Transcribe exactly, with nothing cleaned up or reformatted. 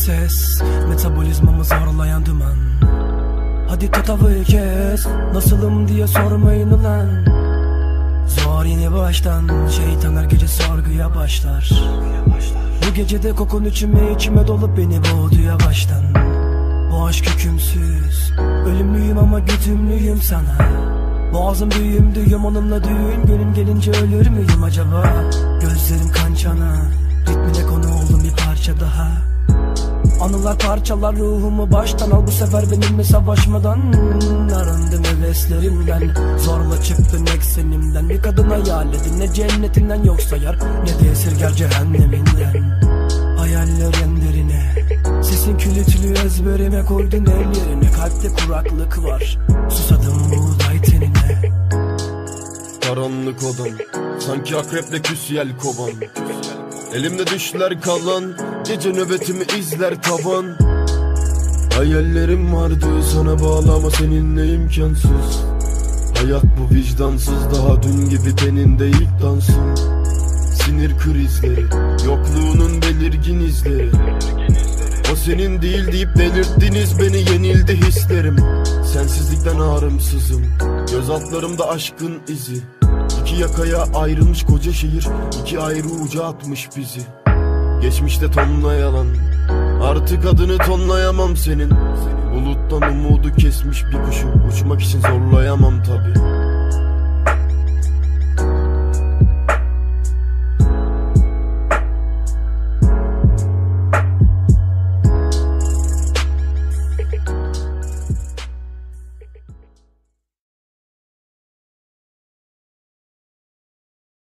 ses, metabolizmamı zorlayan duman. Hadi tatavayı kes, nasılım diye sormayın ulan. Zor yine baştan, şeytan her gece sorguya başlar. Bu gecede kokun içime içime dolup beni boğdu yavaştan. Bu aşk hükümsüz, ölümlüyüm ama güdümlüyüm sana. Boğazım büyüğüm düğüm onunla düğün, günüm gelince ölür müyüm acaba? Gözlerim kan çana, ritmine konu oldum bir parça daha. Anılar parçalar ruhumu baştan, al bu sefer benimle savaşmadan. Arındım heveslerimden, zorla çıktın eksenimden. Bir kadın hayal edin, ne cennetinden yoksa yar, ne de esirger cehenneminden. Hayallerin derine, sesin külütülü ezberime koydun el yerine. Kalpte kuraklık var, susadım buğday tenine. Karanlık odam, sanki akreple küs yel kovan. Elimde düşler kalan, gece nöbetimi izler tavan. Hayallerim vardı sana bağlı ama seninle imkansız. Hayat bu vicdansız, daha dün gibi teninde ilk dansın. Sinir krizleri, yokluğunun belirgin izleri. O senin değil deyip delirttiniz beni, yenildi hislerim. Sensizlikten ağrımsızım, göz altlarımda aşkın izi. İki yakaya ayrılmış koca şehir, iki ayrı uca atmış bizi. Geçmişte tonla yalan, artık adını tonlayamam senin. Buluttan umudu kesmiş bir kuşu, uçmak için zorlayamam tabi.